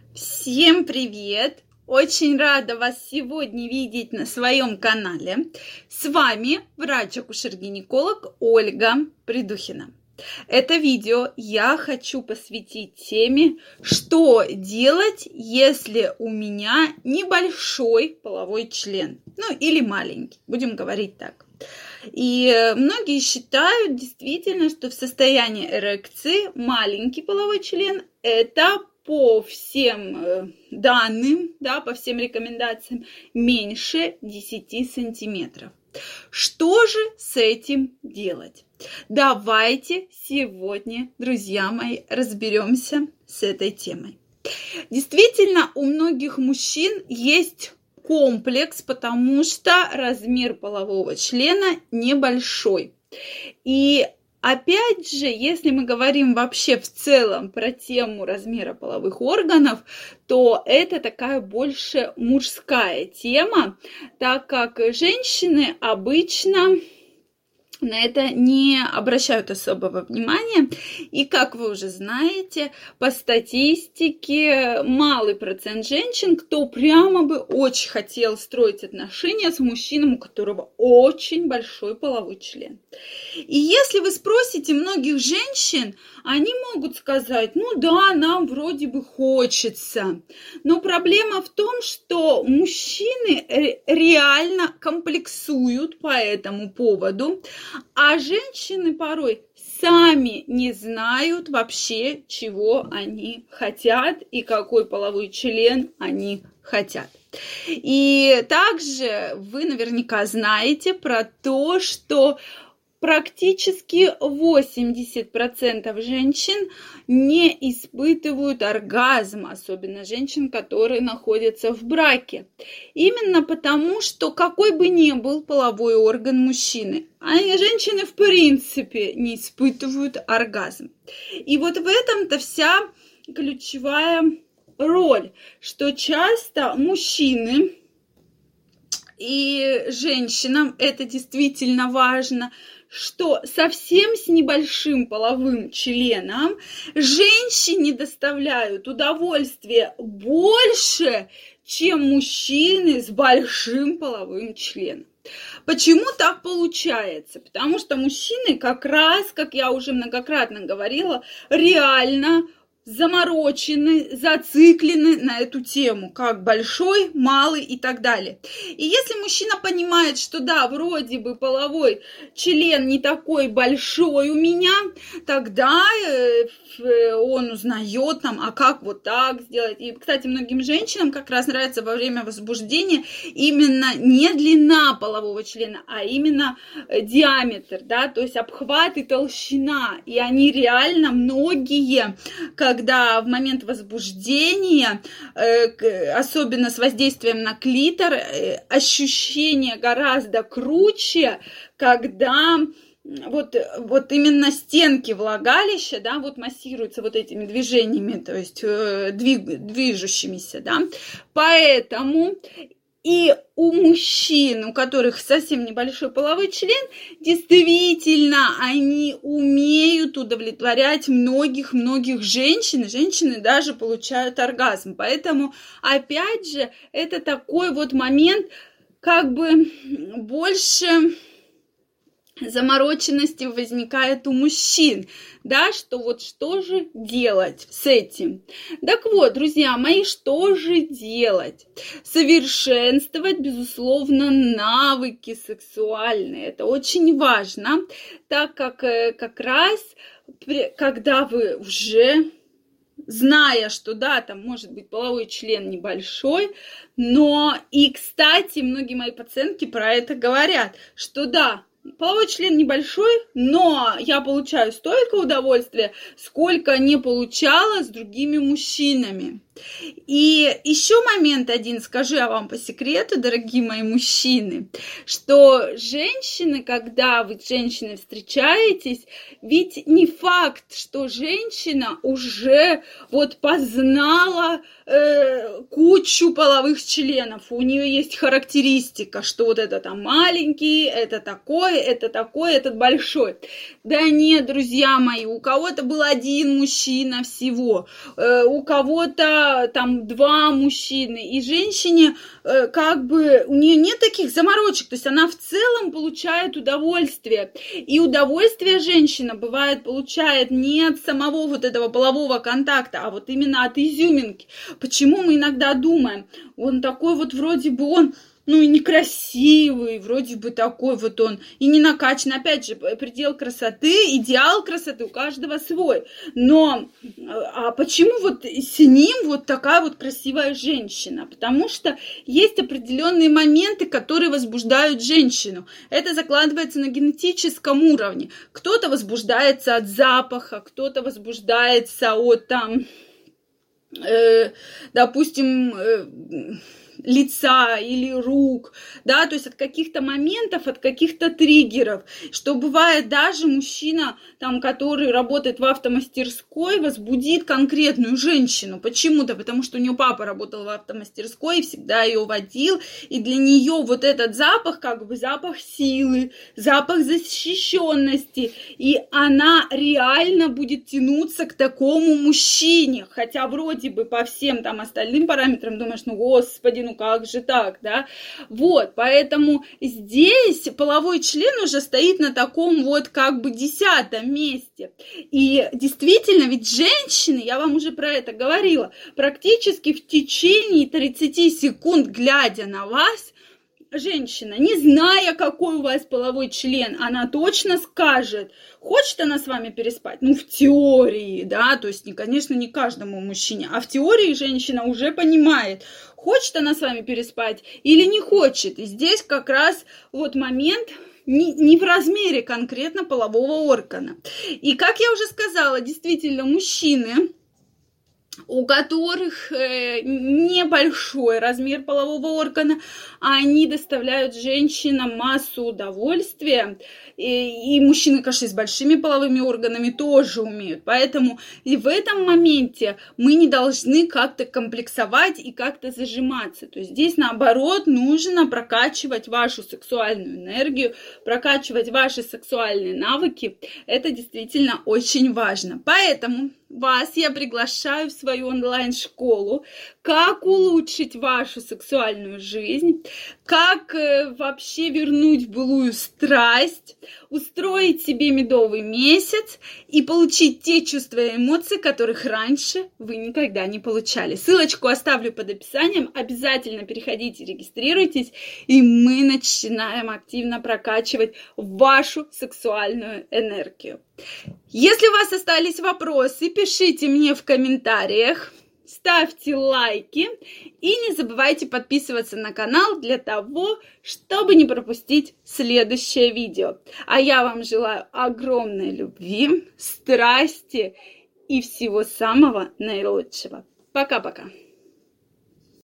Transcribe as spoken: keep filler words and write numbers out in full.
Всем привет! Очень рада вас сегодня видеть на своем канале. С вами врач-акушер-гинеколог Ольга Придухина. Это видео я хочу посвятить теме, что делать, если у меня небольшой половой член, ну или маленький, будем говорить так. И многие считают действительно, что в состоянии эрекции маленький половой член – это по всем данным, да, по всем рекомендациям меньше десяти сантиметров. Что же с этим делать? Давайте сегодня, друзья мои, разберемся с этой темой. Действительно, у многих мужчин есть комплекс, потому что размер полового члена небольшой. И опять же, если мы говорим вообще в целом про тему размера половых органов, то это такая больше мужская тема, так как женщины обычно на это не обращают особого внимания. И, как вы уже знаете, по статистике малый процент женщин, кто прямо бы очень хотел строить отношения с мужчиной, у которого очень большой половой член. И если вы спросите многих женщин, они могут сказать: ну да, нам вроде бы хочется. Но проблема в том, что мужчины реально комплексуют по этому поводу, а женщины порой сами не знают вообще, чего они хотят и какой половой член они хотят. И также вы наверняка знаете про то, что практически восемьдесят процентов женщин не испытывают оргазм, особенно женщин, которые находятся в браке. Именно потому, что какой бы ни был половой орган мужчины, а женщины в принципе не испытывают оргазм. И вот в этом-то вся ключевая роль, что часто мужчины и женщинам это действительно важно, что совсем с небольшим половым членом женщине доставляют удовольствие больше, чем мужчины с большим половым членом. Почему так получается? Потому что мужчины как раз, как я уже многократно говорила, реально заморочены, зациклены на эту тему, как большой, малый и так далее. И если мужчина понимает, что да, вроде бы половой член не такой большой у меня, тогда он узнает там, а как вот так сделать. И, кстати, многим женщинам как раз нравится во время возбуждения именно не длина полового члена, а именно диаметр, да, то есть обхват и толщина. И они реально многие, когда в момент возбуждения, особенно с воздействием на клитор, ощущение гораздо круче, когда вот, вот именно стенки влагалища, да, вот массируются вот этими движениями, то есть двиг, движущимися, да, поэтому и у мужчин, у которых совсем небольшой половой член, действительно, они умеют удовлетворять многих-многих женщин, и женщины даже получают оргазм. Поэтому, опять же, это такой вот момент, как бы больше замороченности возникает у мужчин, да, что вот что же делать с этим? Так вот, друзья мои, что же делать? Совершенствовать, безусловно, навыки сексуальные. Это очень важно, так как как раз, когда вы уже, зная, что да, там может быть половой член небольшой, но и, кстати, многие мои пациентки про это говорят, что да, половой член небольшой, но я получаю столько удовольствия, сколько не получала с другими мужчинами. И еще момент один, скажу я вам по секрету, дорогие мои мужчины, что женщины, когда вы с женщиной встречаетесь, ведь не факт, что женщина уже вот познала э, кучу половых членов. У нее есть характеристика, что вот это там маленький, это такой, такой, это такой, этот большой. Да нет, друзья мои, у кого-то был один мужчина всего, у кого-то там два мужчины, и женщине как бы, у нее нет таких заморочек, то есть она в целом получает удовольствие. И удовольствие женщина, бывает, получает не от самого вот этого полового контакта, а вот именно от изюминки. Почему мы иногда думаем, он такой вот вроде бы он, ну и некрасивый, вроде бы такой вот он, и не накачан. Опять же, предел красоты, идеал красоты у каждого свой. Но а почему вот с ним вот такая вот красивая женщина? Потому что есть определенные моменты, которые возбуждают женщину. Это закладывается на генетическом уровне. Кто-то возбуждается от запаха, кто-то возбуждается от там, э, допустим, э, лица или рук, да, то есть от каких-то моментов, от каких-то триггеров, что бывает даже мужчина, там, который работает в автомастерской, возбудит конкретную женщину, почему-то, потому что у нее папа работал в автомастерской и всегда ее водил, и для нее вот этот запах, как бы запах силы, запах защищенности, и она реально будет тянуться к такому мужчине, хотя вроде бы по всем там остальным параметрам думаешь, ну, господи, ну как же так, да? Вот, поэтому здесь половой член уже стоит на таком вот как бы десятом месте. И действительно, ведь женщины, я вам уже про это говорила, практически в течение тридцати секунд, глядя на вас, женщина, не зная, какой у вас половой член, она точно скажет, хочет она с вами переспать? Ну, в теории, да, то есть, конечно, не каждому мужчине, а в теории женщина уже понимает, хочет она с вами переспать или не хочет. И здесь как раз вот момент не, не в размере конкретно полового органа. И, как я уже сказала, действительно, мужчины, у которых э, небольшой размер полового органа, они доставляют женщинам массу удовольствия. И, и мужчины, конечно, с большими половыми органами тоже умеют. Поэтому и в этом моменте мы не должны как-то комплексовать и как-то зажиматься. То есть здесь, наоборот, нужно прокачивать вашу сексуальную энергию, прокачивать ваши сексуальные навыки. Это действительно очень важно. Поэтому вас я приглашаю в свою онлайн-школу, как улучшить вашу сексуальную жизнь, как э, вообще вернуть былую страсть, устроить себе медовый месяц и получить те чувства и эмоции, которых раньше вы никогда не получали. Ссылочку оставлю под описанием, обязательно переходите, регистрируйтесь, и мы начинаем активно прокачивать вашу сексуальную энергию. Если у вас остались вопросы, пишите мне в комментариях, ставьте лайки и не забывайте подписываться на канал для того, чтобы не пропустить следующее видео. А я вам желаю огромной любви, страсти и всего самого наилучшего. Пока-пока.